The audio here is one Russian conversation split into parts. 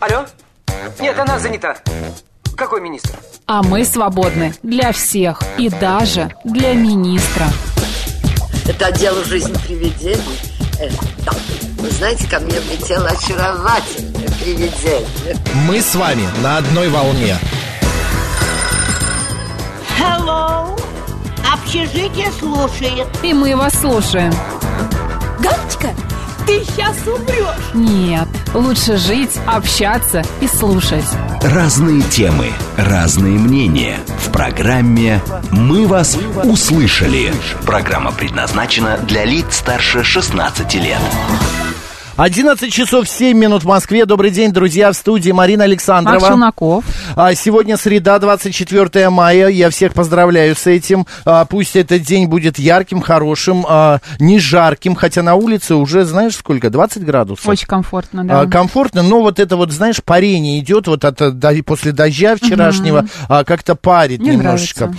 Алло? Нет, она занята. Какой министр? А мы свободны для всех и даже для министра. Это отдел «Жизнь привидений». Да. Вы знаете, ко мне влетело очаровательное привидение. Мы с вами на одной волне. Hello. Общежитие слушает. И мы вас слушаем. Галочка, ты сейчас умрешь. Нет, лучше жить, общаться и слушать. Разные темы, разные мнения. В программе «Мы вас услышали». Программа предназначена для лиц старше 16 лет. 11 часов 7 минут в Москве. Добрый день, друзья, в студии Марина Александрова. Марк Шунаков. Сегодня среда, 24 мая. Я всех поздравляю с этим. Пусть этот день будет ярким, хорошим, не жарким. Хотя на улице уже, знаешь, сколько? 20 градусов. Очень комфортно, да. Комфортно, но вот это вот, знаешь, парение идет вот после дождя вчерашнего. Как-то парит мне немножечко.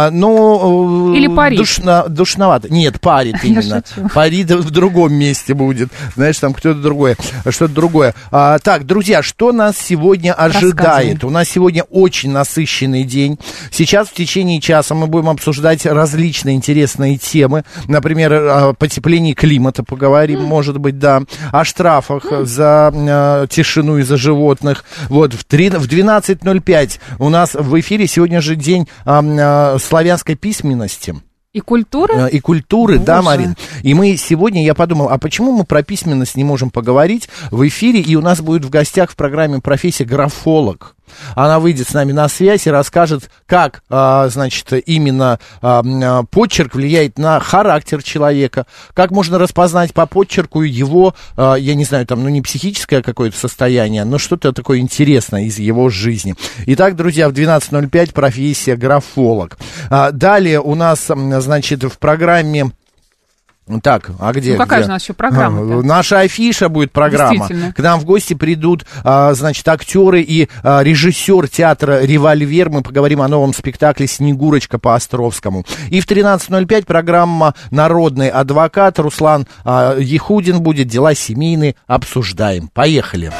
Или парит. Душновато. Нет, парит именно. Парит в другом месте будет. Знаешь, там что-то другое. Так, друзья, что нас сегодня ожидает? У нас сегодня очень насыщенный день. Сейчас в течение часа мы будем обсуждать различные интересные темы. Например, о потеплении климата поговорим, может быть, да. О штрафах за тишину и за животных. Вот, в 12:05 у нас в эфире сегодня же день славянской письменности. И культуры? И культуры, Боже. Да, Марин. И мы сегодня, я подумал, а почему мы про письменность не можем поговорить в эфире, и у нас будет в гостях в программе профессия графолог. Она выйдет с нами на связь и расскажет, как, значит, именно почерк влияет на характер человека, как можно распознать по почерку его, я не знаю, там, не психическое какое-то состояние, но что-то такое интересное из его жизни. Итак, друзья, в 12:05 профессия графолог. Далее у нас, значит, в программе... Так, а где? Какая же у нас еще программа-то? Наша афиша будет программа. К нам в гости придут, значит, актеры и режиссер театра «Револьвер». Мы поговорим о новом спектакле «Снегурочка» по Островскому. И в 13:05 программа «Народный адвокат». Руслан Ехудин будет. Дела семейные обсуждаем. Поехали.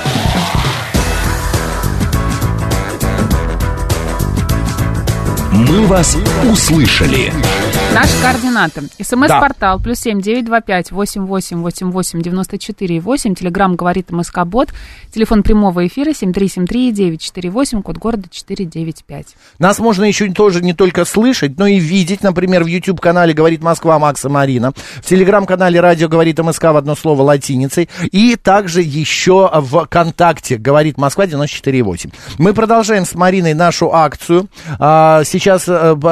Мы вас услышали. Наши координаты. СМС-портал +7 925 88 88 94 8. Телеграм говорит МСК-бот. Телефон прямого эфира 7373 948, код города 495. Нас можно еще тоже не только слышать, но и видеть. Например, в YouTube-канале «Говорит Москва» Макс и Марина. В Телеграм-канале «Радио говорит МСК» в одно слово латиницей. И также еще в ВКонтакте «Говорит Москва» 94,8. Мы продолжаем с Мариной нашу акцию. Сейчас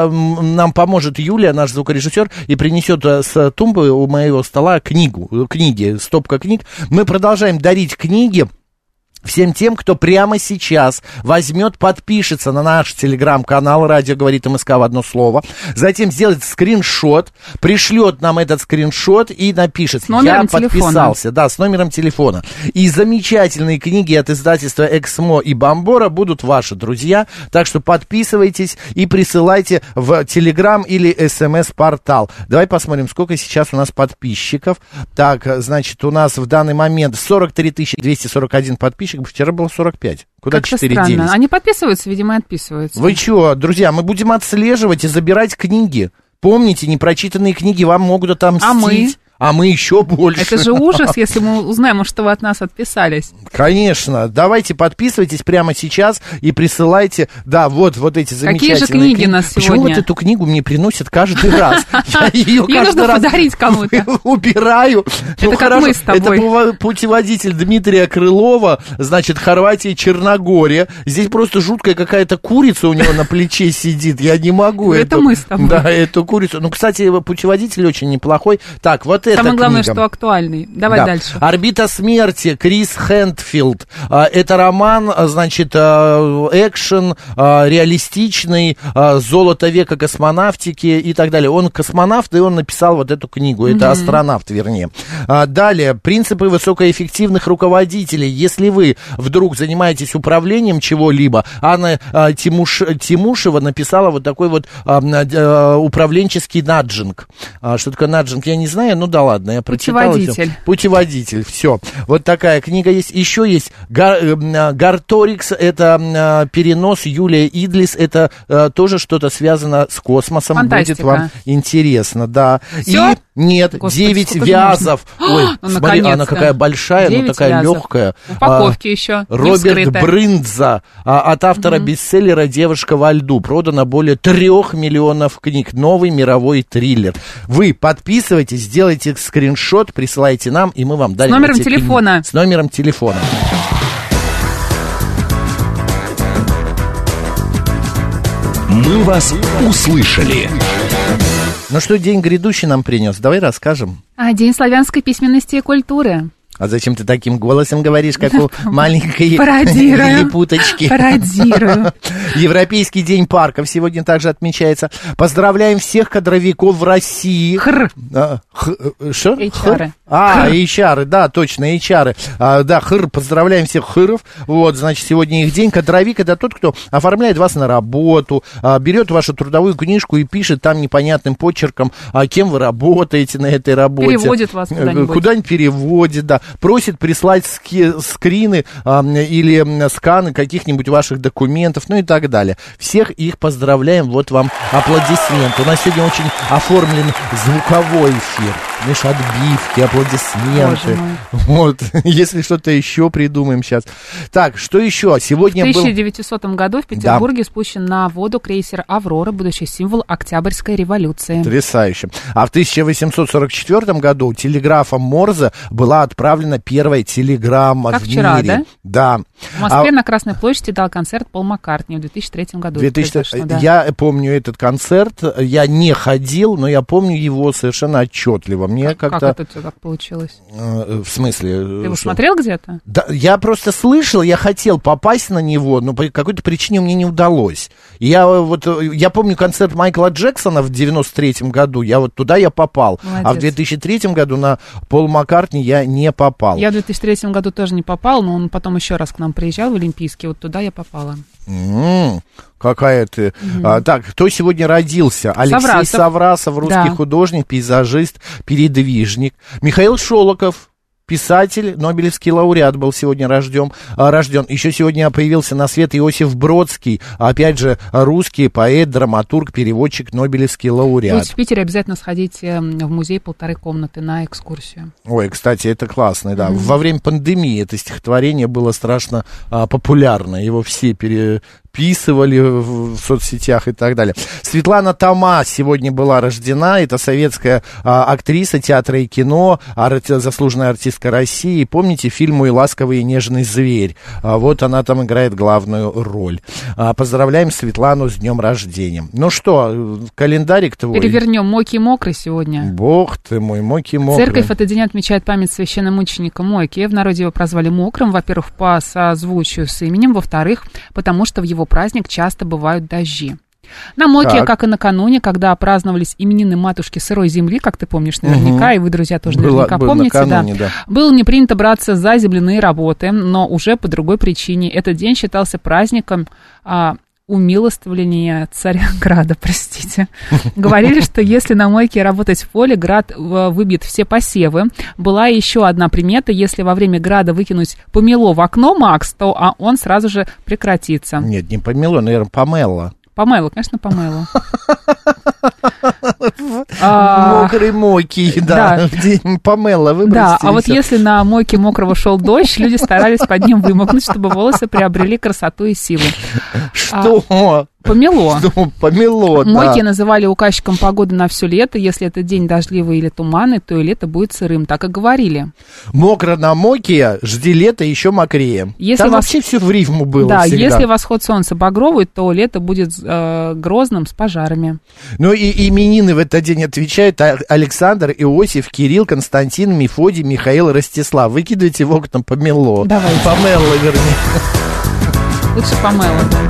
нам поможет Юлия, наш звукорежиссер, и принесет с тумбы у моего стола книги, стопка книг. Мы продолжаем дарить книги всем тем, кто прямо сейчас возьмет, подпишется на наш телеграм-канал «Радио говорит МСК» в одно слово, затем сделает скриншот, пришлет нам этот скриншот и напишет: «Я подписался». Да, с номером телефона. И замечательные книги от издательства «Эксмо» и «Бомбора» будут ваши, друзья. Так что подписывайтесь и присылайте в телеграм или смс-портал. Давай посмотрим, сколько сейчас у нас подписчиков. Так, значит, у нас в данный момент 43 241 подписчик. Вчера было 45. Куда 4-9? Они подписываются, видимо, и отписываются. Вы чего, друзья, мы будем отслеживать и забирать книги. Помните, непрочитанные книги вам могут отомстить. А мы еще больше. Это же ужас, если мы узнаем, что вы от нас отписались. Конечно. Давайте подписывайтесь прямо сейчас и присылайте, да, вот эти замечательные книги. Какие же книги нас сегодня? Почему вот эту книгу мне приносят каждый раз? Я ее каждый раз подарить кому-то. Убираю. Это как мы с тобой. Это путеводитель Дмитрия Крылова, значит, Хорватия, Черногория. Здесь просто жуткая какая-то курица у него на плече сидит. Я не могу. Это мы с тобой. Да, эту курицу. Ну, кстати, путеводитель очень неплохой. Так, вот самое главное, что актуальный. Давай дальше. «Орбита смерти», Крис Хэндфилд. Это роман, значит, экшен, реалистичный, золото века космонавтики и так далее. Он космонавт, и он написал вот эту книгу. Это астронавт, вернее. Далее, «Принципы высокоэффективных руководителей». Если вы вдруг занимаетесь управлением чего-либо, Анна Тимушева написала вот такой вот управленческий наджинг. Что такое наджинг, я не знаю, ну да ладно, я прочитал. Путеводитель. Путеводитель, все. Вот такая книга есть. Еще есть Гарторикс, это перенос, Юлия Идлис, это тоже что-то связано с космосом. Фантастика. Будет вам интересно, да. Всё? И нет, Господи, 9 сколько вязов. Ой, ну, смотри, она какая большая, но такая вязов. легкая. Упаковки еще. Роберт Брындза, от автора бестселлера «Девушка во льду». Продано более 3 миллионов книг. Новый мировой триллер. Вы подписывайтесь, сделайте скриншот, присылайте нам, и мы вам дарим. С номером эти книги. телефона. С номером телефона. Мы вас услышали. Ну что день грядущий нам принес? Давай расскажем. День славянской письменности и культуры. А зачем ты таким голосом говоришь, как у маленькой Пародирую. липуточки? Пародирую. Европейский день парков сегодня также отмечается. Поздравляем всех кадровиков в России. Что? HR. HR, да, точно, HR. Да, поздравляем всех хыров. Вот, значит, сегодня их день. Кадровик — это тот, кто оформляет вас на работу, берет вашу трудовую книжку и пишет там непонятным почерком, кем вы работаете на этой работе. Переводит вас куда-нибудь. Куда-нибудь переводит, да. Просит прислать скрины или сканы каких-нибудь ваших документов, ну и так далее. Всех их поздравляем, вот вам аплодисменты. У нас сегодня очень оформлен звуковой эфир. Знаешь, отбивки, аплодисменты. Вот, если что-то еще придумаем сейчас. Так, что еще? Сегодня в 1900 году в Петербурге спущен на воду крейсер «Аврора», будущий символ Октябрьской революции. Потрясающе. А в 1844 году телеграфом Морзе была отправлена первая телеграмма в вчера, мире. Да? В Москве на Красной площади дал концерт Пол Маккартни в 2003 году. Да. Я помню этот концерт, я не ходил, но я помню его совершенно отчетливо. Мне как это у тебя так получилось? В смысле? Ты его смотрел где-то? Да, я просто слышал, я хотел попасть на него, но по какой-то причине мне не удалось. Я помню концерт Майкла Джексона в 93-м году, туда я попал. Молодец. А в 2003 году на Пол Маккартни я не попал. Я в 2003 году тоже не попал, но он потом еще раз к нам приезжал в Олимпийский, вот туда я попала. Какая ты. Так, кто сегодня родился? Алексей Саврасов, русский художник, пейзажист, передвижник. Михаил Шолоков, писатель, нобелевский лауреат, был сегодня рожден. Еще сегодня появился на свет Иосиф Бродский, опять же, русский поэт, драматург, переводчик, нобелевский лауреат. Будете в Питере, обязательно сходите в музей «Полторы комнаты» на экскурсию. Ой, кстати, это классно, да. Во время пандемии это стихотворение было страшно популярно, его все переписывали в соцсетях и так далее. Светлана Тома сегодня была рождена, это советская актриса театра и кино, заслуженная артистка России. Помните фильм «Мой ласковый и нежный зверь»? Вот она там играет главную роль. Поздравляем Светлану с днем рождения. Ну что, календарик твой? Перевернем. Мойки Мокрый сегодня. Бог ты мой, Мойки Мокрый. Церковь в этот день отмечает память священномученика Мойки. В народе его прозвали Мокрым, во-первых, по созвучию с именем, во-вторых, потому что в его праздник часто бывают дожди. На Мойке, как и накануне, когда праздновались именины матушки сырой земли, как ты помнишь наверняка, и вы, друзья, тоже наверняка помните, накануне, было не принято браться за земляные работы, но уже по другой причине. Этот день считался праздником умилостивления Царьграда, простите. Говорили, что если на Мойке работать в поле, град выбьет все посевы. Была еще одна примета: если во время града выкинуть помело в окно, Макс, то он сразу же прекратится. Нет, не помело, наверное, помело. Помело, конечно, помело. Мокрый Мойки, да. Помело выбросить. Да, а вот если на Мойке Мокрого шел дождь, люди старались под ним вымокнуть, чтобы волосы приобрели красоту и силу. Что? Помело. Помело, да. Мойки называли указчиком погоды на все лето. Если это день дождливый или туманный, то и лето будет сырым. Так и говорили. Мокро на Мойке, жди лета еще мокрее. Там вообще все в рифму было. Да, если восход солнца багровый, то лето будет грозным, с пожарами. Ну и именины в этот день отвечают Александр, Иосиф, Кирилл, Константин, Мефодий, Михаил, Ростислав. Выкидывайте в окна помело. Давайте. Помело, вернее. Лучше помело, да.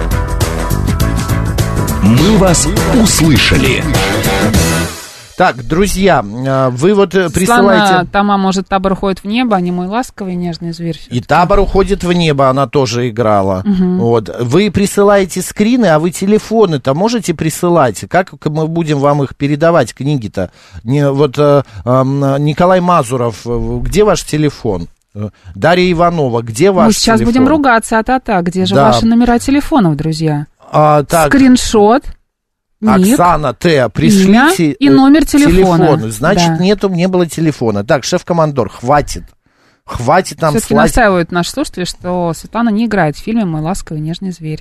Мы вас услышали. Так, друзья, вы вот присылаете... Светлана Тома, может, табор уходит в небо, а не мой ласковый нежный зверь. И табор уходит в небо, она тоже играла. Вот. Вы присылаете скрины, а вы телефоны-то можете присылать? Как мы будем вам их передавать, книги-то? Николай Мазуров, где ваш телефон? Дарья Иванова, где ваш Мы сейчас телефон? будем ругаться, где же ваши номера телефонов, друзья? Так. Скриншот, ник, Оксана Т, пришлите и номер телефона. Значит, не было телефона. Так, шеф-командор, хватит нам все-таки настаивают наши слушатели, что Светлана не играет в фильме «Мой ласковый нежный зверь».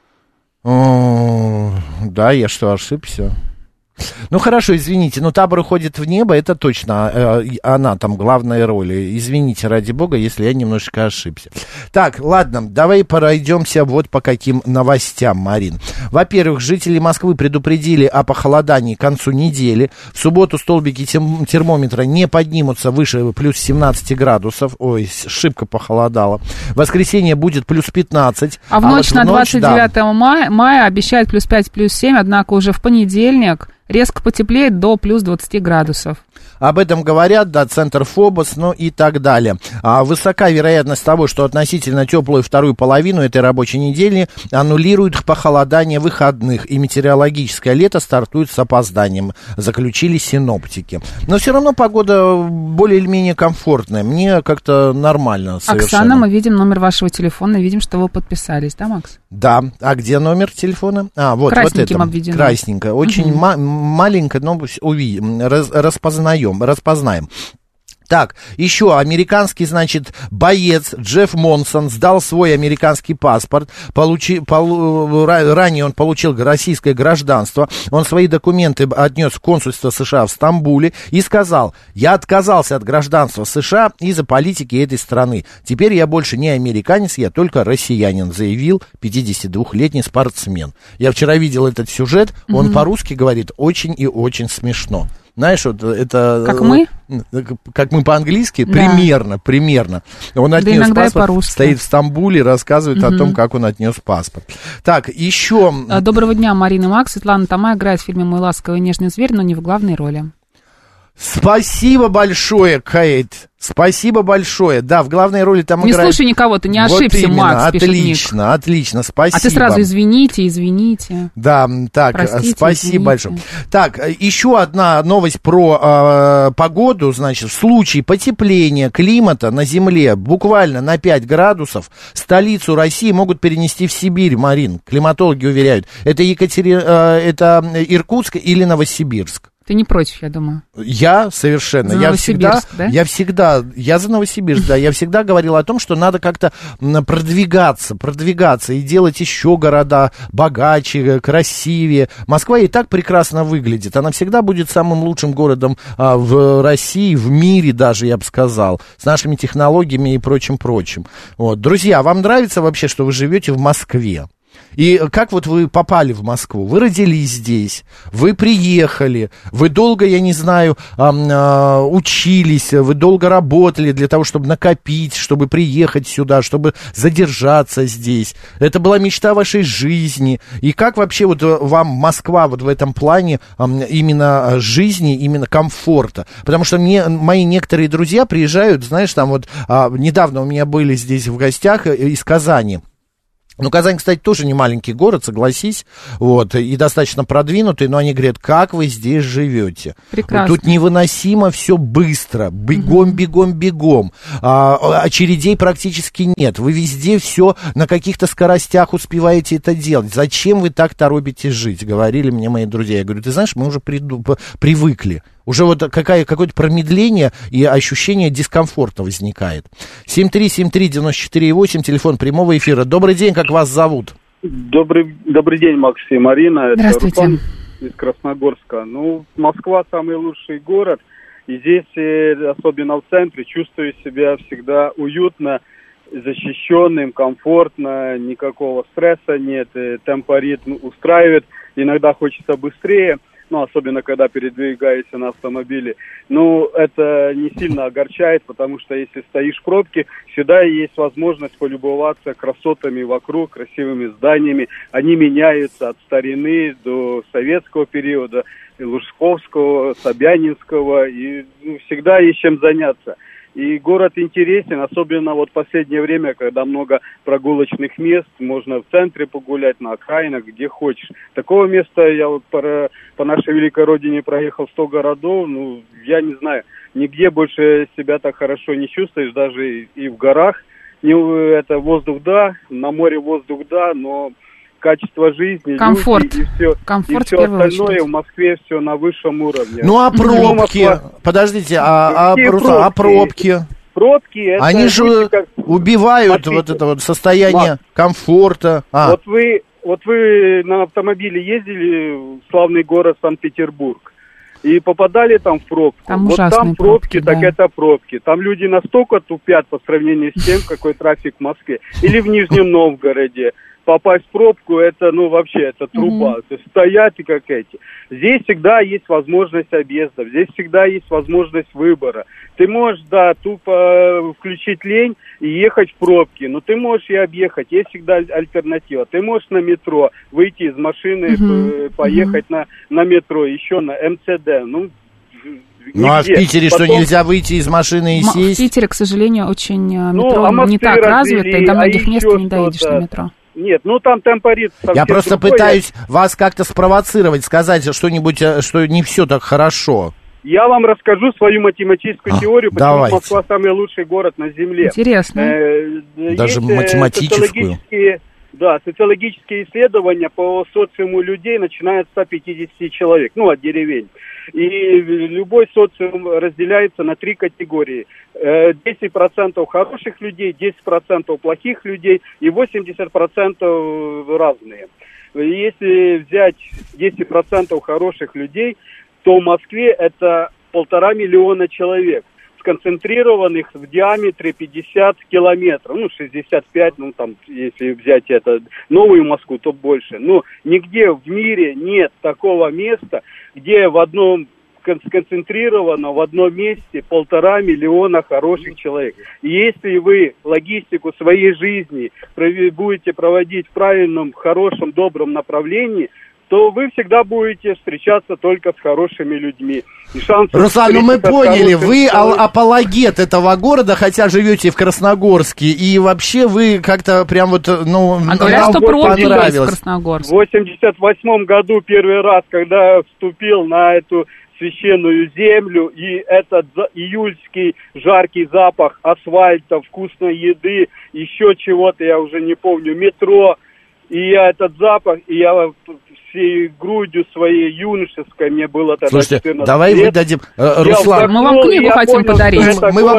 Да, я что, ошибся? Ну, хорошо, извините, но «Табор уходит в небо», это точно она там главная роль. Извините, ради бога, если я немножечко ошибся. Так, ладно, давай пройдемся вот по каким новостям, Марин. Во-первых, жители Москвы предупредили о похолодании к концу недели. В субботу столбики термометра не поднимутся выше плюс 17 градусов. Ой, шибко похолодало. В воскресенье будет плюс 15. А в ночь на 29 мая обещают плюс 5, плюс 7, однако уже в понедельник резко потеплеет до плюс 20 градусов. Об этом говорят, да, Центр Фобос, ну и так далее. Высока вероятность того, что относительно теплую вторую половину этой рабочей недели аннулируют похолодание выходных, и метеорологическое лето стартует с опозданием, заключили синоптики. Но все равно погода более или менее комфортная, мне как-то нормально совершенно. Оксана, мы видим номер вашего телефона, видим, что вы подписались, да, Макс? Да, а где номер телефона? Вот красненьким вот это, обведено. Красненько, очень маленько, но распознаем. Так, еще американский, значит, боец Джефф Монсон сдал свой американский паспорт. Ранее он получил российское гражданство. Он свои документы отнес в консульство США в Стамбуле и сказал: я отказался от гражданства США из-за политики этой страны. Теперь я больше не американец, я только россиянин, заявил 52-летний спортсмен. Я вчера видел этот сюжет, он по-русски говорит очень и очень смешно. Знаешь, вот это... Как мы? Как мы по-английски? Да. Примерно. Он отнес паспорт, стоит в Стамбуле, рассказывает о том, как он отнес паспорт. Так, еще... Доброго дня, Марина и Макс. Светлана Тома играет в фильме «Мой ласковый нежный зверь», но не в главной роли. Спасибо большое, Кейт. Спасибо большое. Да, в главной роли там не играет... Не слушай никого, ты не ошибся, вот Макс. Отлично, спасибо. А ты сразу извините. Да, так, простите, спасибо извините. большое. Так, еще одна новость про погоду. Значит, в случае потепления климата на Земле буквально на 5 градусов столицу России могут перенести в Сибирь, Марин. Климатологи уверяют. Это это Иркутск или Новосибирск? Ты не против, я думаю. Я совершенно. Я за Новосибирск, да. Я всегда говорил о том, что надо как-то продвигаться и делать еще города богаче, красивее. Москва и так прекрасно выглядит. Она всегда будет самым лучшим городом в России, в мире даже, я бы сказал, с нашими технологиями и прочим. Вот. Друзья, вам нравится вообще, что вы живете в Москве? И как вот вы попали в Москву? Вы родились здесь, вы приехали, вы долго, я не знаю, учились, вы долго работали для того, чтобы накопить, чтобы приехать сюда, чтобы задержаться здесь. Это была мечта вашей жизни. И как вообще вот вам Москва вот в этом плане именно жизни, именно комфорта? Потому что мои некоторые друзья приезжают, знаешь, там вот недавно у меня были здесь в гостях из Казани. Ну, Казань, кстати, тоже не маленький город, согласись, вот, и достаточно продвинутый, но они говорят, как вы здесь живете? Прекрасно. Тут невыносимо все быстро, бегом, очередей практически нет, вы везде все на каких-то скоростях успеваете это делать. Зачем вы так торопитесь жить, говорили мне мои друзья. Я говорю, ты знаешь, мы уже привыкли. Уже вот какое-то промедление и ощущение дискомфорта возникает. 7373948, телефон прямого эфира. Добрый день, как вас зовут? Добрый день, Макс и Марина. Здравствуйте. Это Руслан из Красногорска. Ну, Москва самый лучший город. И здесь, особенно в центре, чувствую себя всегда уютно, защищенным, комфортно, никакого стресса нет, темпоритм устраивает. Иногда хочется быстрее. Ну, особенно, когда передвигаешься на автомобиле. Ну, это не сильно огорчает, потому что если стоишь в пробке, всегда есть возможность полюбоваться красотами вокруг, красивыми зданиями. Они меняются от старины до советского периода, Лужковского, Собянинского, и всегда есть чем заняться. И город интересен, особенно вот в последнее время, когда много прогулочных мест, можно в центре погулять, на окраинах, где хочешь. Такого места я вот по нашей великой родине проехал 100 городов, ну, я не знаю, нигде больше себя так хорошо не чувствуешь, даже и в горах. Это воздух, да, на море воздух, да, но качество жизни, комфорт. Люди, Комфорт и все остальное в Москве все на высшем уровне. Ну, а пробки? Подождите, пробки? Пробки, это... Они же убивают вот это вот состояние комфорта. Вот вы на автомобиле ездили в славный город Санкт-Петербург и попадали там в пробку. Там вот там пробки, да. Так это пробки. Там люди настолько тупят по сравнению с тем, какой трафик в Москве. Или в Нижнем Новгороде. Попасть в пробку, это, это труба. То есть стоять и как эти. Здесь всегда есть возможность объезда, здесь всегда есть возможность выбора. Ты можешь, тупо включить лень и ехать в пробки, но ты можешь и объехать, есть всегда альтернатива. Ты можешь на метро выйти из машины, поехать на метро, еще на МЦД, а в Питере что, нельзя выйти из машины и сесть? В Питере, к сожалению, очень метро не так развито, и до многих мест не доедешь на метро. Нет, там темпорит совсем Я просто другой. пытаюсь вас как-то спровоцировать, сказать что-нибудь, что не все так хорошо. Я вам расскажу свою математическую теорию, почему давайте. Москва самый лучший город на Земле. Интересно. Даже математическую. Социологические исследования по социуму людей начинают с 150 человек, от деревень. И любой социум разделяется на 3 категории. 10% хороших людей, 10% плохих людей и 80% разные. Если взять 10% хороших людей, то в Москве это 1,5 миллиона человек, сконцентрированных в диаметре 50 километров, 65, если взять новую Москву, то больше. Нигде в мире нет такого места, где сконцентрировано в одном месте 1,5 миллиона хороших человек. И если вы логистику своей жизни будете проводить в правильном, хорошем, добром направлении, то вы всегда будете встречаться только с хорошими людьми. Руслан, мы поняли, вы апологет этого города, хотя живете в Красногорске, и вообще вы как-то прям говорят, что пробки есть в Красногорске. В 88 году первый раз, когда вступил на эту священную землю, и этот июльский жаркий запах асфальта, вкусной еды, еще чего-то, я уже не помню, метро, и этот запах, и я всей грудью своей юношеской, мне было тогда 14 лет. Давай выдадим, Руслан. Мы вам книгу хотим подарить.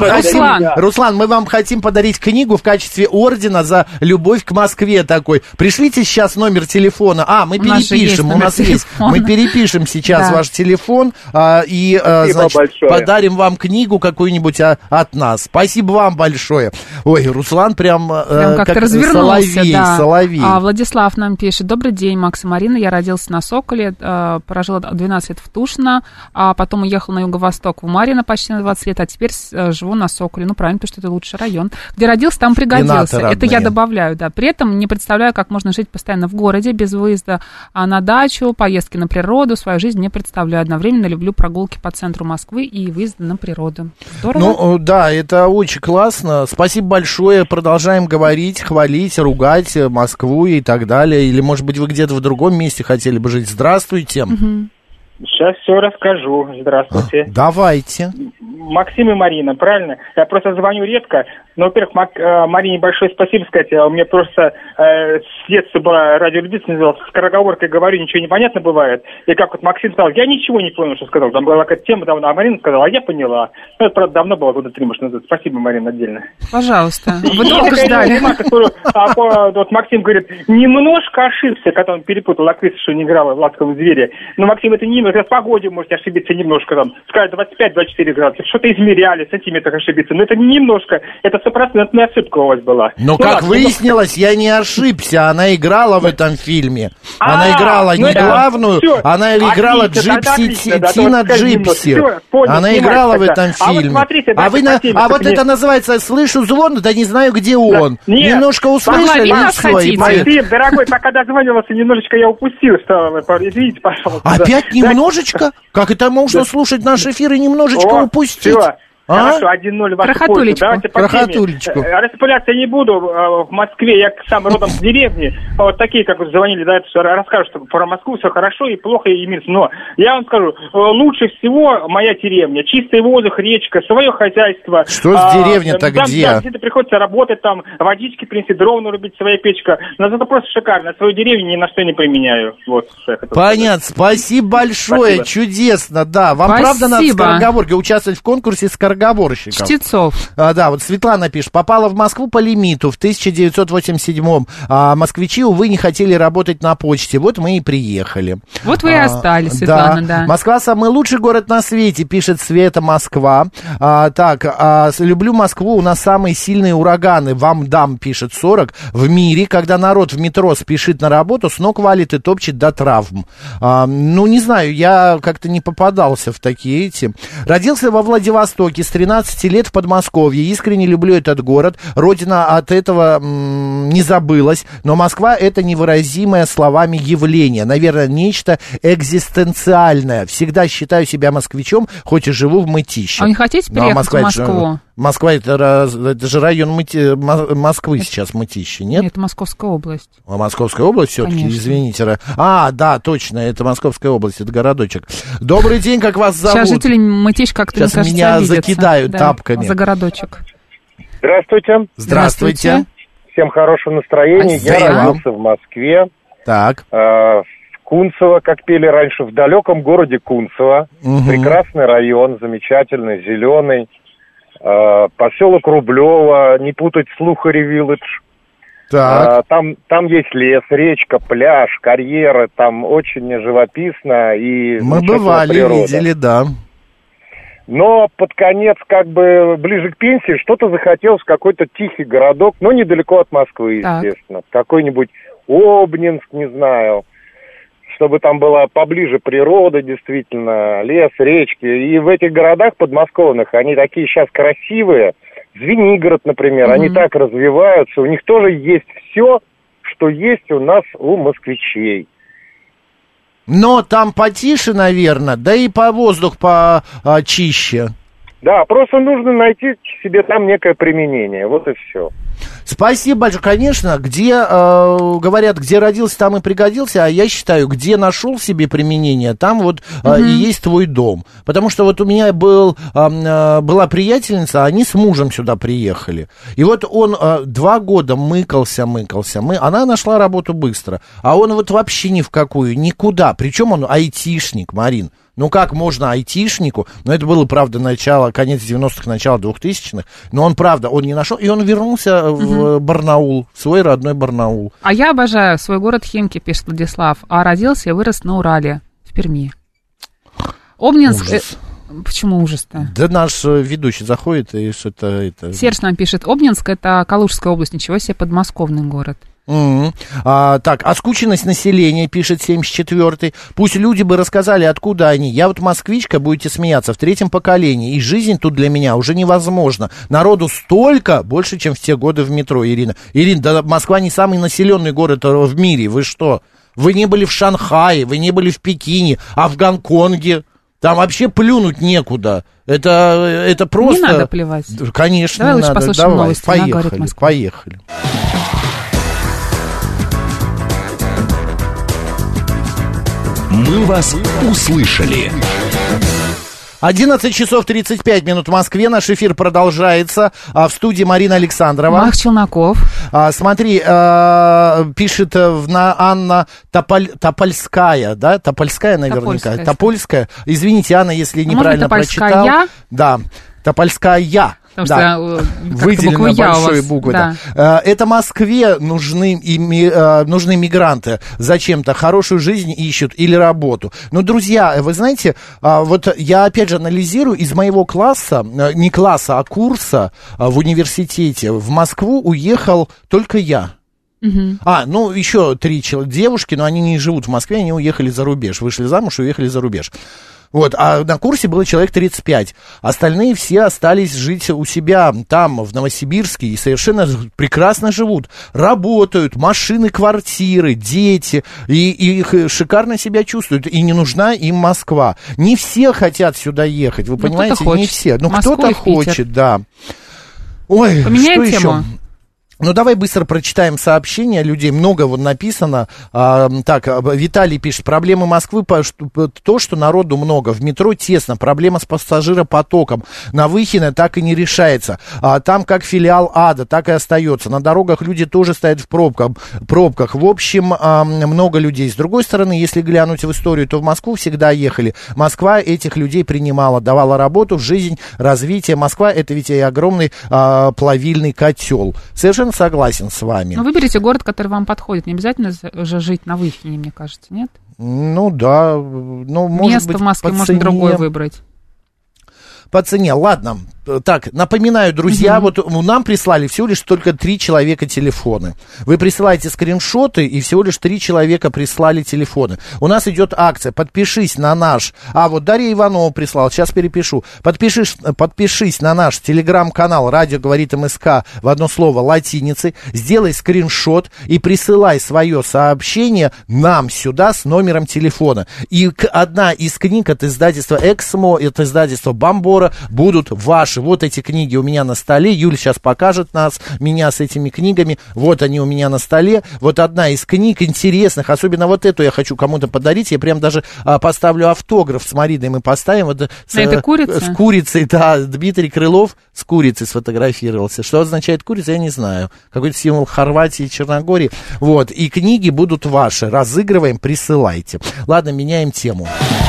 Руслан, мы вам хотим подарить книгу в качестве ордена за любовь к Москве такой. Пришлите сейчас номер телефона. Мы перепишем, у нас есть. Мы перепишем сейчас ваш телефон и, подарим вам книгу какую-нибудь от нас. Спасибо вам большое. Ой, Руслан прям как-то развернулся, соловей. Владислав нам пишет: добрый день, Макс и Марина, я родился на Соколе, прожил 12 лет в Тушино, а потом уехал на юго-восток в Марьино почти на 20 лет, а теперь живу на Соколе. Правильно, потому что это лучший район. Где родился, там пригодился. Это я добавляю, да. При этом не представляю, как можно жить постоянно в городе, без выезда на дачу, поездки на природу, свою жизнь не представляю. Одновременно люблю прогулки по центру Москвы и выезды на природу. Здорово? Да, это очень классно. Спасибо большое. Продолжаем говорить, хвалить, ругать Москву и так далее. Или, может быть, вы где-то в другом месте хотели бы жить. Здравствуйте. Сейчас все расскажу. Здравствуйте. Давайте. Максим и Марина, правильно? Я просто звоню редко. Но, во-первых, Марине большое спасибо сказать. У меня просто с детства была радиолюбительница, скороговоркой говорю, ничего непонятно бывает. И как вот Максим сказал, я ничего не понял, что сказал. Там была какая-то тема давно, а Марина сказала, я поняла. Это, правда, давно было, года 3, может, назад. Спасибо, Марина, отдельно. Пожалуйста. Вы долго ждали. Вот Максим говорит, немножко ошибся, когда он перепутал актрису, что не играла в «Ласковом звере». Но, Максим, это не в погоде можете ошибиться немножко, сказать 25-24 градуса, что-то измеряли, в сантиметрах ошибиться, но это немножко, это 100% ошибка у вас была. Но, как выяснилось, я не ошибся, она играла в этом фильме. Она играла не главную, она играла Джипси, Тина Джипси. Она играла в этом фильме. А вот это называется «Слышу звон, да не знаю, где он». Немножко услышали, и все. Максим, дорогой, пока дозванивался, немножечко я упустил, что извините, пожалуйста. Опять немножечко? Как это можно слушать наш эфир и немножечко упустить? Хорошо, 1-0 вашу пользу. Давайте по теме. Распыляться не буду. В Москве, я сам родом с деревни. Вот такие, как вот звонили, да, расскажут, что про Москву все хорошо и плохо, и минус. Но я вам скажу, лучше всего моя деревня. Чистый воздух, речка, свое хозяйство. Что с деревней-то где? Да, где-то приходится работать, там, водички принести, дров нарубить, своя печка. Но зато просто шикарно. Свою деревню ни на что не применяю. Вот, понятно. Спасибо большое. Спасибо. Чудесно, да. Вам правда надо скороговоркой участвовать в конкурсе скороговорщиков? Чтецов. Да, вот Светлана пишет. Попала в Москву по лимиту в 1987-м. Москвичи, увы, не хотели работать на почте. Вот мы и приехали. Вот вы и остались, Светлана, да. Москва самый лучший город на свете, пишет Света Москва. Люблю Москву, у нас самые сильные ураганы. Вам дам, пишет 40. В мире, когда народ в метро спешит на работу, с ног валит и топчет до травм. Ну, не знаю, я как-то не попадался в такие эти. Родился во Владивостоке, с 13 лет в Подмосковье. Искренне люблю этот город. Родина от этого не забылась. Но Москва — это невыразимое словами явление. Наверное, нечто экзистенциальное. Всегда считаю себя москвичом, хоть и живу в Мытище. А вы не хотите переехать в Москву? Москва — это же район Москвы сейчас, Мытище, нет? Нет, это Московская область. А Московская область все-таки, извините. Да, точно, это Московская область, это городочек. Добрый день, как вас зовут? Сейчас жители Мытищ как-то, сейчас мне кажется, меня обидятся. Закидают тапками. За городочек. Здравствуйте. Всем хорошего настроения. Спасибо. Я родился в Москве. Так. В Кунцево, как пели раньше, в далеком городе Кунцево. Прекрасный район, замечательный, зеленый. Поселок Рублево, не путать с Лухари-Вилледж. Так. Там есть лес, речка, пляж, карьеры, там очень живописно и мы бывали, природа. Видели, да. Но под конец, как бы ближе к пенсии, что-то захотелось в какой-то тихий городок, но недалеко от Москвы, естественно. Какой-нибудь Обнинск, не знаю, чтобы там была поближе природа, действительно, лес, речки. И в этих городах подмосковных, они такие сейчас красивые. Звенигород, например, они так развиваются. У них тоже есть все, что есть у нас, у москвичей. Но там потише, наверное, да и по воздух почище. Да, просто нужно найти себе там некое применение, вот и все. Спасибо большое. Конечно, где, говорят, где родился, там и пригодился, а я считаю, где нашел себе применение, там вот и есть твой дом. Потому что вот у меня была приятельница, они с мужем сюда приехали. И вот он 2 года мыкался. Она нашла работу быстро, а он вот вообще ни в какую, никуда. Причем он айтишник, Марин. Ну, как можно айтишнику, но это было, правда, конец 90-х, начало 2000-х, но он, правда, он не нашел, и он вернулся в Барнаул, в свой родной Барнаул. А я обожаю свой город Химки, пишет Владислав, а родился и вырос на Урале, в Перми. Обнинск... Ужас. Почему ужас-то? Да наш ведущий заходит, и что-то... Серж нам пишет, Обнинск — это Калужская область, ничего себе, подмосковный город. Так, оскученность населения, пишет 74-й. Пусть люди бы рассказали, откуда они. Я вот москвичка, будете смеяться, в 3-м поколении. И жизнь тут для меня уже невозможна. Народу столько, больше, чем в те годы в метро, Ирина. Ирина, да Москва не самый населенный город в мире. Вы что? Вы не были в Шанхае, вы не были в Пекине, а в Гонконге. Там вообще плюнуть некуда. Это просто... Не надо плевать. Конечно, давай не лучше надо. Послушаем новости. Поехали. 'Мы вас услышали'. 11 часов 35 минут в Москве. Наш эфир продолжается. В студии Марина Александрова. Марк Челноков. Смотри, пишет Анна Топольская, да? Топольская, наверняка. Топольская. Извините, Анна, если неправильно прочитал. Да, Топольская. Потому что выделено большой буквой. Да. Это Москве нужны мигранты. Зачем-то хорошую жизнь ищут или работу. Но, друзья, вы знаете, вот я опять же анализирую, из моего класса, не класса, а курса в университете в Москву уехал только я. Еще 3 девушки, но они не живут в Москве, они уехали за рубеж. Вышли замуж и уехали за рубеж. Вот, а на курсе было человек 35. Остальные все остались жить у себя там, в Новосибирске, и совершенно прекрасно живут. Работают, машины, квартиры, дети, и их шикарно себя чувствуют. И не нужна им Москва. Не все хотят сюда ехать, вы понимаете? Не все. Ну, кто-то хочет, да. Ой, поменяем что тему? еще? Ну, давай быстро прочитаем сообщения людей. Много вот написано. Так, Виталий пишет. Проблемы Москвы то, что народу много. В метро тесно. Проблема с пассажиропотоком. На Выхино так и не решается. Там как филиал ада, так и остается. На дорогах люди тоже стоят в пробках. В общем, много людей. С другой стороны, если глянуть в историю, то в Москву всегда ехали. Москва этих людей принимала, давала работу, жизнь, развитие. Москва — это ведь и огромный плавильный котел. Совершенно согласен с вами. Ну, выберите город, который вам подходит. Не обязательно же жить на Выхине, мне кажется, нет? Ну, да. Ну, может место быть, в Москве можно другое выбрать. По цене. Ладно. Так, напоминаю, друзья, вот нам прислали всего лишь только 3 человека телефоны. Вы присылаете скриншоты, и всего лишь 3 человека прислали телефоны. У нас идет акция. Подпишись на наш... вот Дарья Иванова прислала, сейчас перепишу. Подпишись на наш телеграм-канал «Радио говорит МСК» в одно слово латиницей. Сделай скриншот и присылай свое сообщение нам сюда с номером телефона. И одна из книг от издательства «Эксмо», от издательства «Бомбора» будут ваши. Вот эти книги у меня на столе. Юля сейчас покажет меня с этими книгами. Вот они у меня на столе. Вот одна из книг интересных. Особенно вот эту я хочу кому-то подарить. Я прям даже поставлю автограф с Мариной. Мы поставим. Вот, это курица? С курицей, да. Дмитрий Крылов с курицей сфотографировался. Что означает курица, я не знаю. Какой-то символ Хорватии и Черногории. Вот. И книги будут ваши. Разыгрываем, присылайте. Ладно, меняем тему.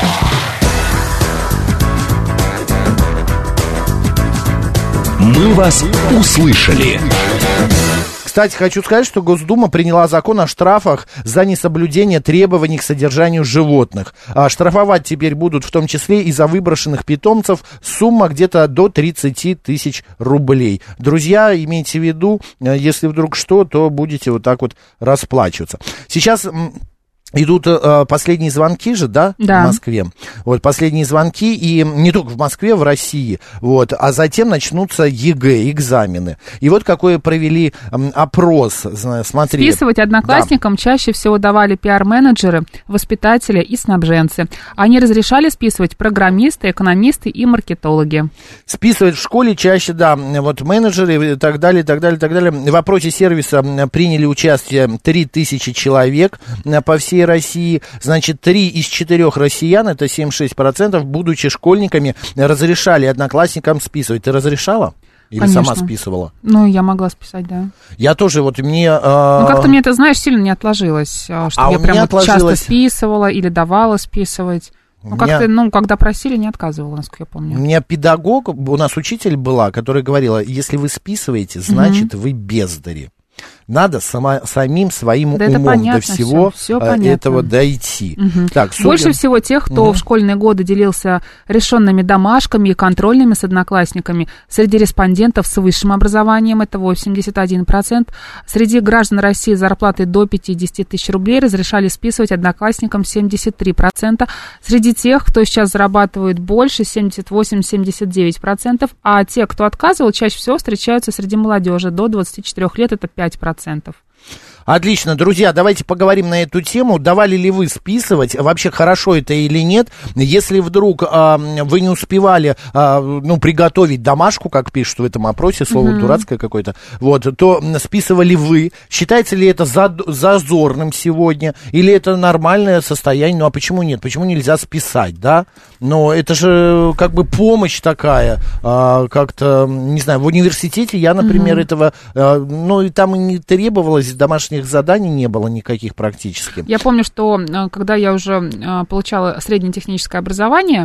Мы вас услышали. Кстати, хочу сказать, что Госдума приняла закон о штрафах за несоблюдение требований к содержанию животных. Штрафовать теперь будут в том числе и за выброшенных питомцев. Сумма где-то до 30 тысяч рублей. Друзья, имейте в виду, если вдруг что, то будете вот так вот расплачиваться. Сейчас... Идут последние звонки же, да, в Москве? Вот, последние звонки, и не только в Москве, в России, вот, а затем начнутся ЕГЭ, экзамены. И вот какой провели опрос, смотри. Списывать одноклассникам чаще всего давали пиар-менеджеры, воспитатели и снабженцы. Они разрешали списывать программисты, экономисты и маркетологи. Списывать в школе чаще, да, вот менеджеры и так далее, и так далее, и так далее. В опросе сервиса приняли участие 3000 человек по всей России. Значит, 3 из 4 россиян, это 76%, будучи школьниками, разрешали одноклассникам списывать. Ты разрешала? Или Конечно. Сама списывала? Ну, я могла списать, да. Я тоже, вот мне... Ну, как-то мне это, знаешь, сильно не отложилось, что я прям вот часто списывала или давала списывать. Ну, как-то, когда просили, не отказывала, насколько я помню. У меня педагог, у нас учитель была, которая говорила, если вы списываете, значит, вы бездари. Надо самим своим умом до всего этого дойти. Так, больше всего тех, кто в школьные годы делился решенными домашками и контрольными с одноклассниками. Среди респондентов с высшим образованием это 81%. Среди граждан России с зарплатой до 50 тысяч рублей разрешали списывать одноклассникам 73%. Среди тех, кто сейчас зарабатывает больше, 78-79%. А те, кто отказывал, чаще всего встречаются среди молодежи до 24 лет, это 5%. Отлично, друзья, давайте поговорим на эту тему. Давали ли вы списывать? Вообще, хорошо это или нет? Если вдруг вы не успевали приготовить домашку, как пишут в этом опросе, слово дурацкое какое-то, вот, то списывали вы. Считается ли это зазорным сегодня? Или это нормальное состояние? Ну, а почему нет? Почему нельзя списать, да? Но это же как бы помощь такая, как-то, не знаю, в университете я, например, этого, и там и не требовалось домашних заданий не было никаких практически. Я помню, что когда я уже получала среднее техническое образование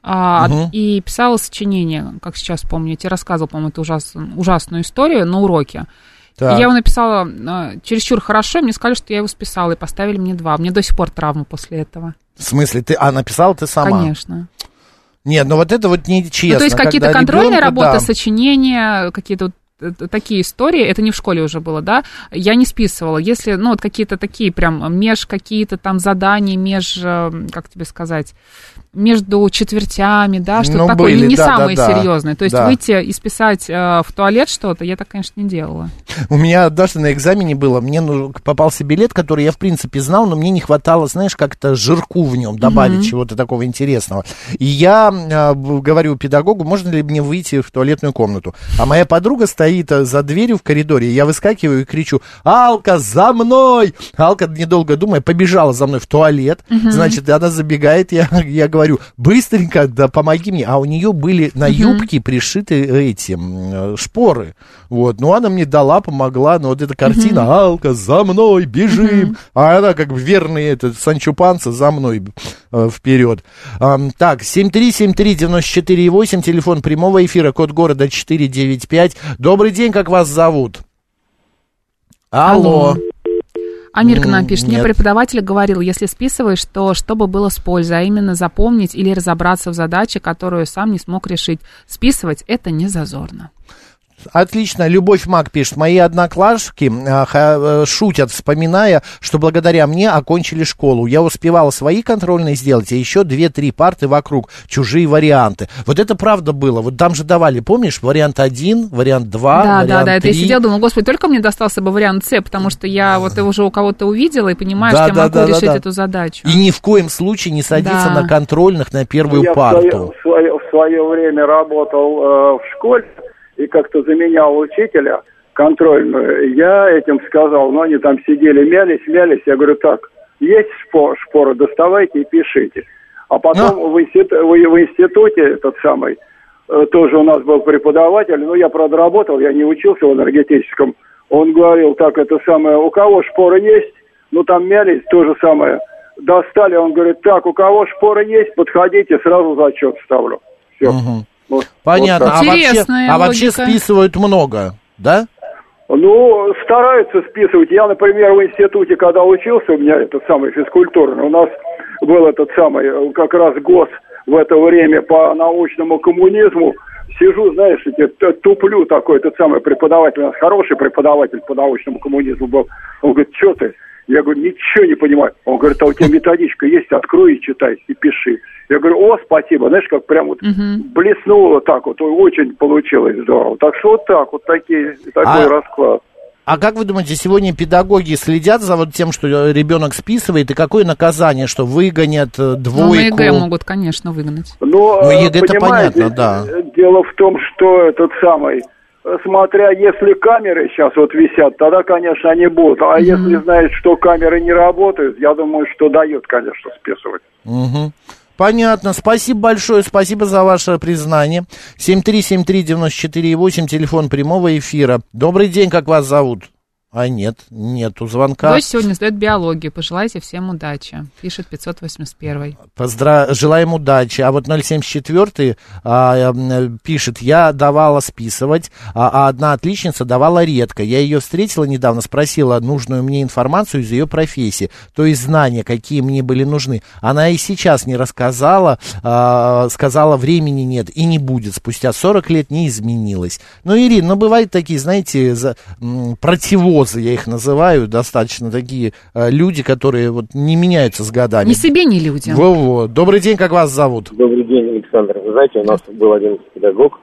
и писала сочинение, как сейчас помню, я тебе рассказывала, по-моему, эту ужасную историю на уроке. Я его написала чересчур хорошо, и мне сказали, что я его списала, и поставили мне 2. Мне до сих пор травма после этого. В смысле? Написала ты сама? Конечно. Нет, вот это вот нечестно. То есть какие-то контрольные работы, сочинения, какие-то такие истории, это не в школе уже было, да, я не списывала. Если, какие-то такие прям какие-то там задания, как тебе сказать, между четвертями, да, что-то такое, не самое серьезное. То есть выйти и списать в туалет что-то, я так, конечно, не делала. У меня однажды на экзамене было, мне попался билет, который я, в принципе, знал, но мне не хватало, знаешь, как-то жирку в нем добавить, чего-то такого интересного. И я говорю педагогу, можно ли мне выйти в туалетную комнату. А моя подруга стоит за дверью в коридоре, я выскакиваю и кричу: «Алка, за мной!» Алка, недолго думая, побежала за мной в туалет. Значит, она забегает, я говорю: быстренько, да помоги мне. А у нее были на юбке пришиты эти шпоры. Вот. Ну, она мне дала, помогла. Но вот эта картина: Алка, за мной, бежим. А она, как верный этот Санчо Панса, за мной вперед. Так, 7373948, телефон прямого эфира, код города 495. Добрый день, как вас зовут? Алло. Амирка нам пишет: мне преподаватель говорил, если списываешь, то чтобы было с пользой, а именно запомнить или разобраться в задаче, которую сам не смог решить. Списывать — это не зазорно. Отлично. Любовь Мак пишет: мои одноклассники шутят, вспоминая, что благодаря мне окончили школу. Я успевала свои контрольные сделать, а еще 2-3 парты вокруг, чужие варианты. Вот это правда было. Вот там же давали, помнишь, вариант 1, вариант 2, вариант 3. Да, это я сидела, думала, господи, только мне достался бы вариант С, потому что я вот уже у кого-то увидела и понимаю, что я могу решить эту задачу. И ни в коем случае не садиться на контрольных на первую парту. Я в свое время работал в школе и как-то заменял учителя контрольную. Я этим сказал, но они там сидели, мялись. Я говорю: так, есть шпоры, доставайте и пишите. А потом в институте этот самый, тоже у нас был преподаватель, но я, правда, работал, я не учился в энергетическом. Он говорил: так, это самое, у кого шпоры есть? Ну, там мялись, то же самое. Достали, он говорит: так, у кого шпоры есть, подходите, сразу зачет ставлю. Все. Вот, понятно. Вот а вообще списывают много, да? Ну, стараются списывать. Я, например, в институте, когда учился, у меня этот самый физкультурный, у нас был этот самый, как раз ГОС в это время по научному коммунизму. Сижу, знаешь, туплю такой, этот самый преподаватель, у нас хороший преподаватель по научному коммунизму был. Он говорит: что ты? Я говорю: ничего не понимаю. Он говорит: а у тебя методичка есть, открой и читай, и пиши. Я говорю: о, спасибо. Знаешь, как прям вот блеснуло так вот, очень получилось здорово. Так что вот так, вот такой расклад. А как вы думаете, сегодня педагоги следят за вот тем, что ребенок списывает, и какое наказание, что выгонят двойку? Ну, на ЕГЭ могут, конечно, выгнать. Ну, ЕГЭ-то понятно, да. Дело в том, что этот самый, смотря, если камеры сейчас вот висят, тогда, конечно, они будут. А если знают, что камеры не работают, я думаю, что дают, конечно, списывать. Понятно. Спасибо большое. Спасибо за ваше признание. 7373948, телефон прямого эфира. Добрый день, как вас зовут? А нету звонка. Дочь сегодня сдает биологию. Пожелайте всем удачи. Пишет 581. Желаем удачи. А вот 074 пишет: я давала списывать, а одна отличница давала редко. Я ее встретила недавно, спросила нужную мне информацию из ее профессии, то есть знания, какие мне были нужны. Она и сейчас не рассказала, сказала, времени нет и не будет. Спустя 40 лет не изменилось. Ну, Ирина, бывают такие, знаете, противозы, я их называю, достаточно такие люди, которые вот не меняются с годами. Ни себе, ни людям. Во-во. Добрый день, как вас зовут? Добрый день, Александр. Вы знаете, у нас был один педагог,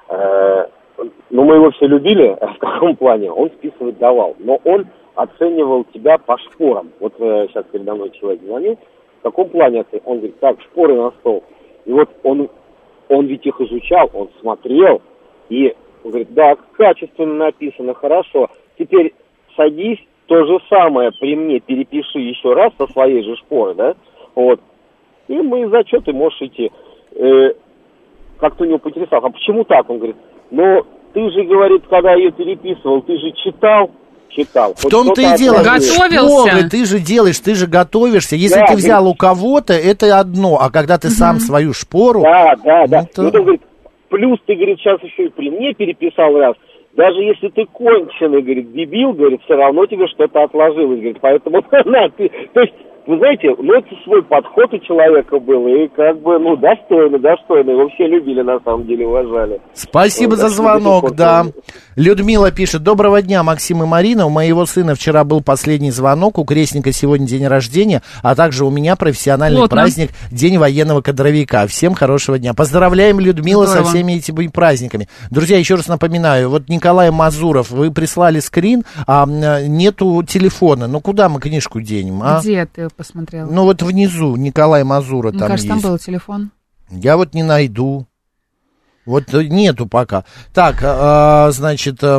мы его все любили, в каком плане? Он списывать давал, но он оценивал тебя по шпорам. Вот сейчас передо мной человек звонил, в каком плане? Он говорит: так, шпоры на стол. И вот он ведь их изучал, он смотрел, и он говорит: да, качественно написано, хорошо. Теперь садись, то же самое при мне перепиши еще раз со своей же шпоры, да, вот, и мы зачеты можешь идти. Как-то у него поинтересовался: а почему так? Он говорит: ну, ты же, говорит, когда ее переписывал, ты же читал. В том-то и дело, готовился. Ты же делаешь, ты же готовишься. Если ты взял у кого-то, это одно, а когда ты сам свою шпору... Да. Ну, он говорит: плюс ты, говорит, сейчас еще и при мне переписал раз. Даже если ты конченый, говорит, дебил, говорит, все равно тебе что-то отложилось, говорит, поэтому, то есть, вы знаете, это свой подход у человека был, и достойно, его все любили, на самом деле, уважали. Спасибо за звонок, да. Людмила пишет: доброго дня, Максим и Марина, у моего сына вчера был последний звонок, у крестника сегодня день рождения, а также у меня профессиональный праздник, День военного кадровика. Всем хорошего дня. Поздравляем, Людмила, со всеми этими праздниками. Друзья, еще раз напоминаю, вот Николай Мазуров, вы прислали скрин, а нету телефона, ну куда мы книжку денем, а? Где ты посмотрел? Ну вот внизу Николай Мазура там кажется, есть. Там был телефон. Я вот не найду. Вот нету пока. Так, значит, что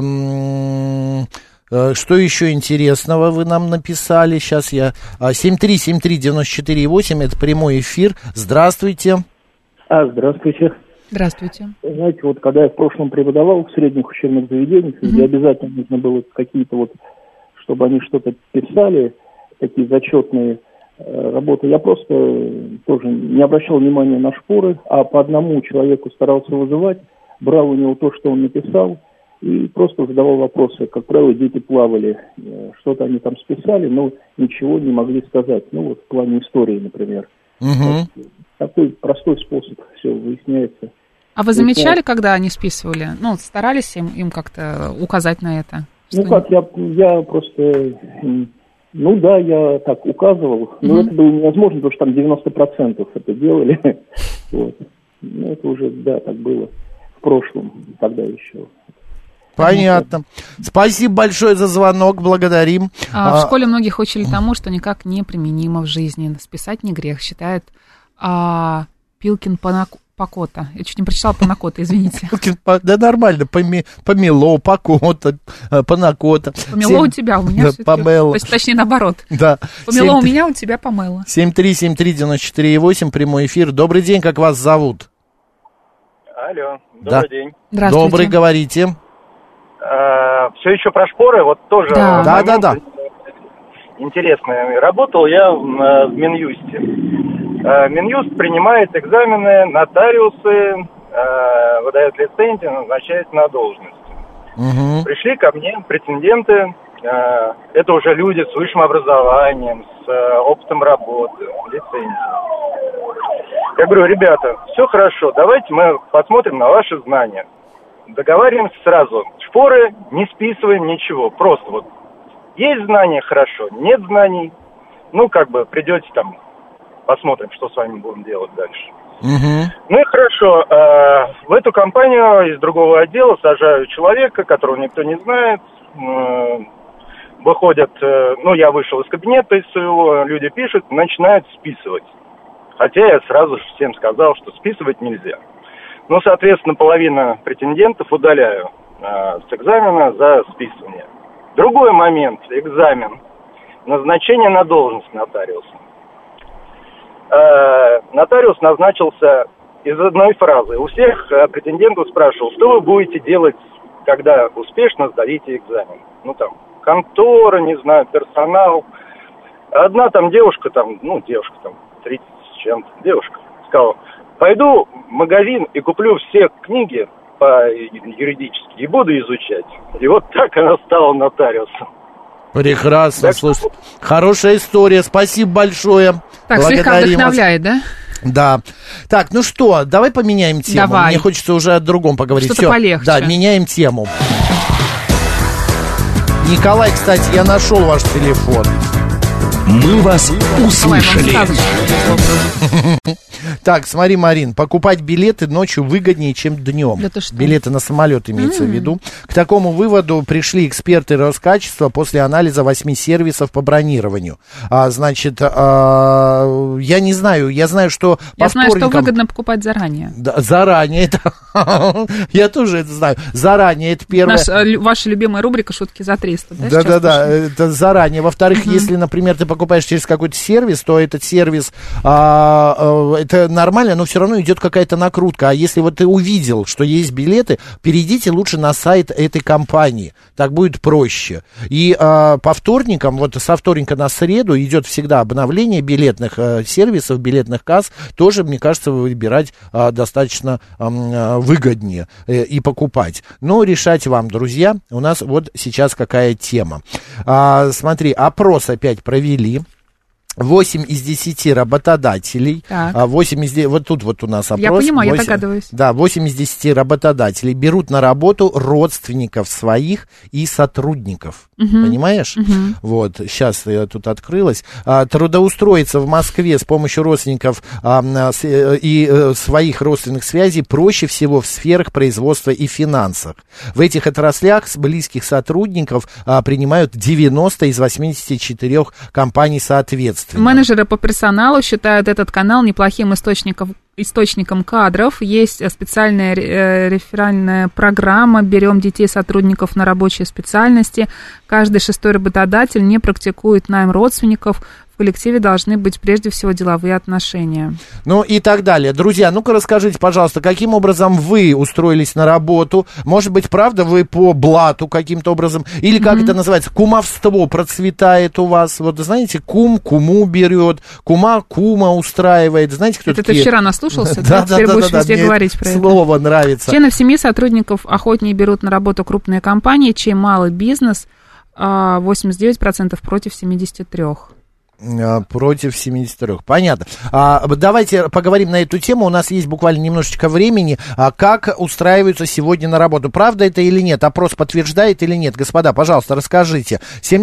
еще интересного вы нам написали? Сейчас я... 7373948, это прямой эфир. Здравствуйте. Здравствуйте. Здравствуйте. Знаете, вот когда я в прошлом преподавал в средних учебных заведениях, где обязательно нужно было какие-то вот, чтобы они что-то писали, такие зачетные работы, я просто тоже не обращал внимания на шпоры, а по одному человеку старался вызывать, брал у него то, что он написал, и просто задавал вопросы. Как правило, дети плавали, что-то они там списали, но ничего не могли сказать. Ну вот в плане истории, например. Угу. Такой простой способ, все выясняется. А вы замечали, когда они списывали? Ну, старались им как-то указать на это? Ну как, я просто... Ну да, я так указывал, но это было невозможно, потому что там 90% это делали. Вот. Ну, это уже, да, так было в прошлом, тогда еще. Понятно. Спасибо большое за звонок, благодарим. В школе многих учили тому, что никак не применимо в жизни. Списать не грех, считает Пилкин Покота. Я чуть не прочитала Панакота, извините. Да нормально, помело, Покота, Панакота. Помело у тебя, у меня все. Помело. То есть, точнее, наоборот. Да. Помело у меня, у тебя помело. 7373948, прямой эфир. Добрый день, как вас зовут? Алло, добрый день. Здравствуйте. Добрый, говорите. Все еще про шпоры, вот тоже... Да. Интересно. Работал я в Минюсте. Минюст принимает экзамены, нотариусы, выдает лицензии, назначает на должность. Угу. Пришли ко мне претенденты, это уже люди с высшим образованием, с опытом работы, лицензией. Я говорю: ребята, все хорошо, давайте мы посмотрим на ваши знания. Договариваемся сразу, шпоры не списываем, ничего, просто вот есть знания, хорошо, нет знаний, придете там, посмотрим, что с вами будем делать дальше. Угу. Ну и хорошо, в эту компанию из другого отдела сажаю человека, которого никто не знает, выходят, я вышел из кабинета из своего, люди пишут, начинают списывать. Хотя я сразу же всем сказал, что списывать нельзя. Соответственно, половина претендентов удаляю с экзамена за списывание. Другой момент, экзамен, назначение на должность нотариуса. Нотариус назначился из одной фразы. У всех претендентов спрашивал, что вы будете делать, когда успешно сдадите экзамен. Контора, не знаю, персонал. Одна девушка, 30 с чем-то, девушка, сказала: пойду в магазин и куплю все книги по юридически и буду изучать. И вот так она стала нотариусом. Прекрасно, слушай. Хорошая история, спасибо большое. Так, слегка вдохновляет, да? Да. Так, ну что, давай поменяем тему. Давай. Мне хочется уже о другом поговорить. Что-то полегче. Да, меняем тему. Николай, кстати, я нашел ваш телефон. Мы вас услышали. Так, смотри, Марин, покупать билеты ночью выгоднее, чем днем. Билеты на самолет имеется в виду. К такому выводу пришли эксперты Роскачества после анализа 8 сервисов по бронированию. Я не знаю, я знаю, что Я знаю, что выгодно покупать заранее. Да, заранее, это... Я тоже это знаю. Заранее, это первое. Ваша любимая рубрика «Шутки за 300», да? Да, это заранее. Во-вторых, если, например, ты покупаешь через какой-то сервис, то этот сервис, это нормально, но все равно идет какая-то накрутка. А если вот ты увидел, что есть билеты, перейдите лучше на сайт этой компании. Так будет проще. И по вторникам, вот со вторника на среду идет всегда обновление билетных сервисов, билетных касс. Тоже, мне кажется, выбирать достаточно выгоднее и покупать. Но решать вам, друзья. У нас вот сейчас какая тема. Смотри, опрос опять провели. 8 из 10 работодателей, 8 из 10, вот тут вот у нас опрос. Я понимаю, 8, я догадываюсь. Да, 8 из 10 работодателей берут на работу родственников своих и сотрудников. Понимаешь? Вот, сейчас я тут открылась. Трудоустроиться в Москве с помощью родственников и своих родственных связей проще всего в сферах производства и финансах. В этих отраслях с близких сотрудников принимают 90 из 84 компаний соответственно. Менеджеры по персоналу считают этот канал неплохим источником кадров. Есть специальная реферальная программа «Берем детей сотрудников на рабочие специальности». Каждый 6-й работодатель не практикует найм родственников. В коллективе должны быть прежде всего деловые отношения. Ну и так далее. Друзья, ну-ка расскажите, пожалуйста, каким образом вы устроились на работу? Может быть, правда, вы по блату каким-то образом? Или как это называется? Кумовство процветает у вас? Вот знаете, кум куму берет, кума устраивает. Знаете, кто это такие? Ты вчера наслушался? Да, теперь будешь везде говорить про это. Слово нравится. Членов семьи сотрудников охотнее берут на работу крупные компании, чем малый бизнес. 89% против 73%. Против 73. Понятно. Давайте поговорим на эту тему. У нас есть буквально немножечко времени. Как устраиваются сегодня на работу? Правда это или нет? Опрос подтверждает или нет? Господа, пожалуйста, расскажите.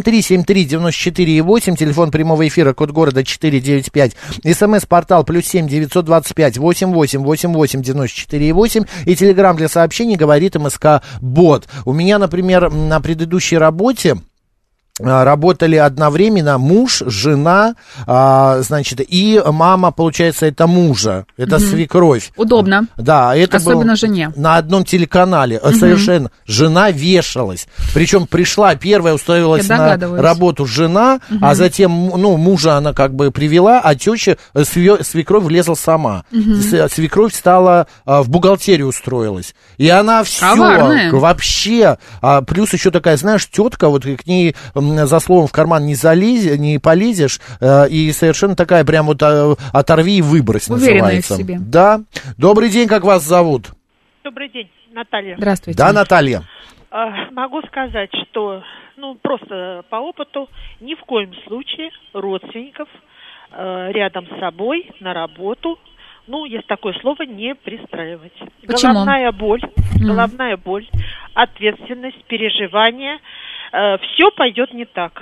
7373948, телефон прямого эфира, код города 495. СМС-портал +7 925 88 88 94,8. И телеграм для сообщений говорит МСК Бот. У меня, например, на предыдущей работе работали одновременно муж, жена, значит, и мама, получается, это мужа, это свекровь. Удобно. Да, это особенно жене. На одном телеканале, совершенно. Жена вешалась. Причем пришла первая, устроилась на работу жена, а затем, ну, мужа она как бы привела, а теща, свекровь влезла сама. Свекровь стала в бухгалтерию устроилась. И она все вообще, плюс еще такая, знаешь, тетка, вот к ней за словом в карман не полезешь, и совершенно такая прям вот оторви и выбрось уверенная называется. В себе. Да. Добрый день, как вас зовут? Добрый день, Наталья. Здравствуйте. Да, Наталья. Могу сказать, что, ну, просто по опыту, ни в коем случае родственников рядом с собой на работу, ну, есть такое слово, не пристраивать. Почему? Головная боль, ответственность, переживания, все пойдет не так.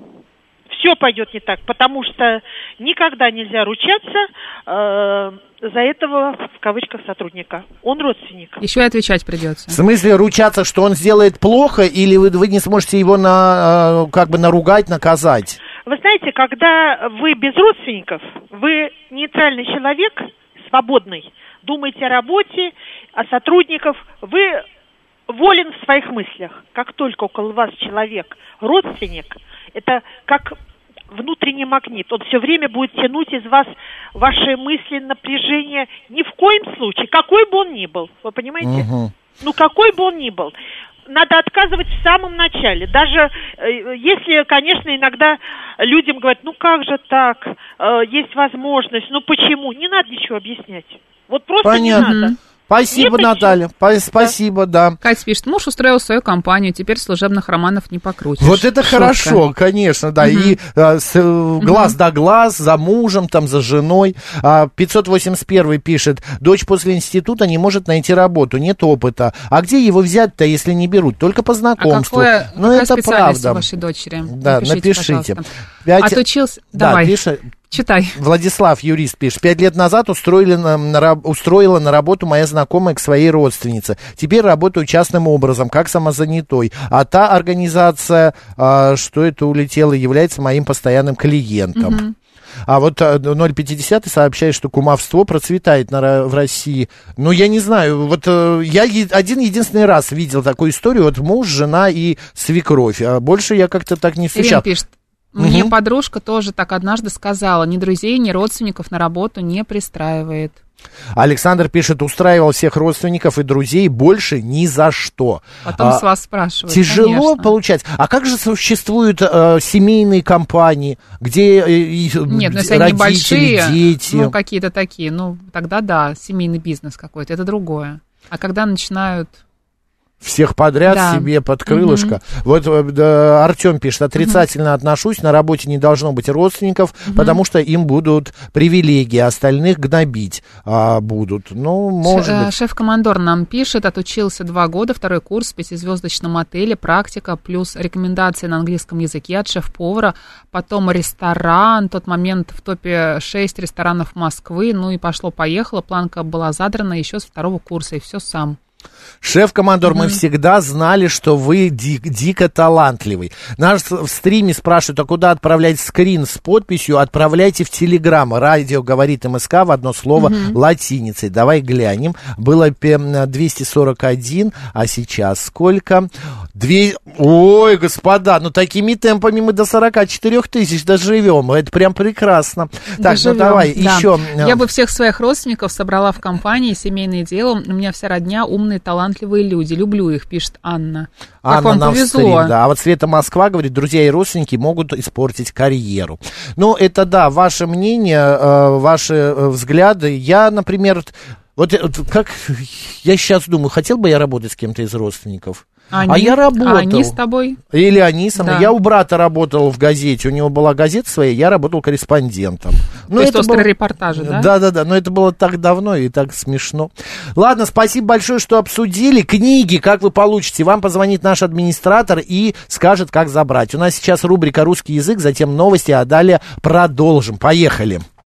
Все пойдет не так, потому что никогда нельзя ручаться за этого, в кавычках, сотрудника. Он родственник. Еще и отвечать придется. В смысле ручаться, что он сделает плохо, или вы не сможете его как бы наругать, наказать? Вы знаете, когда вы без родственников, вы нейтральный человек, свободный, думаете о работе, о сотрудниках, вы волен в своих мыслях. Как только около вас человек родственник, это как внутренний магнит. Он все время будет тянуть из вас ваши мысли, напряжение. Ни в коем случае, какой бы он ни был, вы понимаете? Ну, какой бы он ни был. Надо отказывать в самом начале. Даже если, конечно, иногда людям говорят, ну как же так, есть возможность, ну почему? Не надо ничего объяснять. Вот просто Понятно. не надо. Спасибо, Наталья. Спасибо, да. Катя пишет, муж устроил свою компанию, теперь служебных романов не покрутишь. Вот это хорошо, конечно, да. И глаз да глаз, за мужем, там, за женой. 581 пишет, дочь после института не может найти работу, нет опыта. А где его взять-то, если не берут? Только по знакомству. Какая специальность у вашей дочери? Да, напишите. Отучился? Давай. Читай. Владислав, юрист, пишет. 5 лет назад устроила на работу моя знакомая к своей родственнице. Теперь работаю частным образом, как самозанятой. А та организация, что это улетело, является моим постоянным клиентом. А вот 050 сообщает, что кумовство процветает в России. Ну, я не знаю, вот я один-единственный раз видел такую историю, вот муж, жена и свекровь. А больше я как-то так не встречал. Ирина пишет. Мне подружка тоже так однажды сказала, ни друзей, ни родственников на работу не пристраивает. Александр пишет, устраивал всех родственников и друзей больше ни за что. Потом с вас спрашивают. Тяжело конечно. Получать. А как же существуют семейные компании, где Нет, если родители, они большие, дети? Ну, какие-то такие, ну, тогда да, семейный бизнес какой-то, это другое. А когда начинают Всех подряд себе под крылышко. Вот Артем пишет, отрицательно отношусь, на работе не должно быть родственников, потому что им будут привилегии, остальных гнобить будут. Ну, может быть. Шеф-командор нам пишет, отучился 2 года, 2-й курс в 5-звездочном отеле, практика, плюс рекомендации на английском языке от шеф-повара, потом ресторан, в тот момент в топе 6 ресторанов Москвы, ну и пошло-поехало, планка была задрана еще с 2-го курса, и все сам. Шеф-командор, мы всегда знали, что вы дико талантливый. Нас в стриме спрашивают, а куда отправлять скрин с подписью? Отправляйте в Телеграм. Радио говорит МСК в одно слово латиницей. Давай глянем. Было 241, а сейчас сколько? Ой, господа, ну такими темпами мы до 44 тысяч доживем. Это прям прекрасно. Так, доживем, ну давай еще. Я бы всех своих родственников собрала в компании «Семейное дело». У меня вся родня умные, талантливые люди. Люблю их, пишет Анна. Как вам повезло. Стрим, да. А вот Света Москва говорит, друзья и родственники могут испортить карьеру. Ну, это да, ваше мнение, ваши взгляды. Я, например, вот как я сейчас думаю, хотел бы я работать с кем-то из родственников? А я работал. Они с тобой? Или они со мной. Да. Я у брата работал в газете, у него была газета своя, я работал корреспондентом. То есть острые репортажи, да? Да, но это было так давно и так смешно. Ладно, спасибо большое, что обсудили. Книги, как вы получите, вам позвонит наш администратор и скажет, как забрать. У нас сейчас рубрика «Русский язык», затем новости, а далее продолжим. Поехали.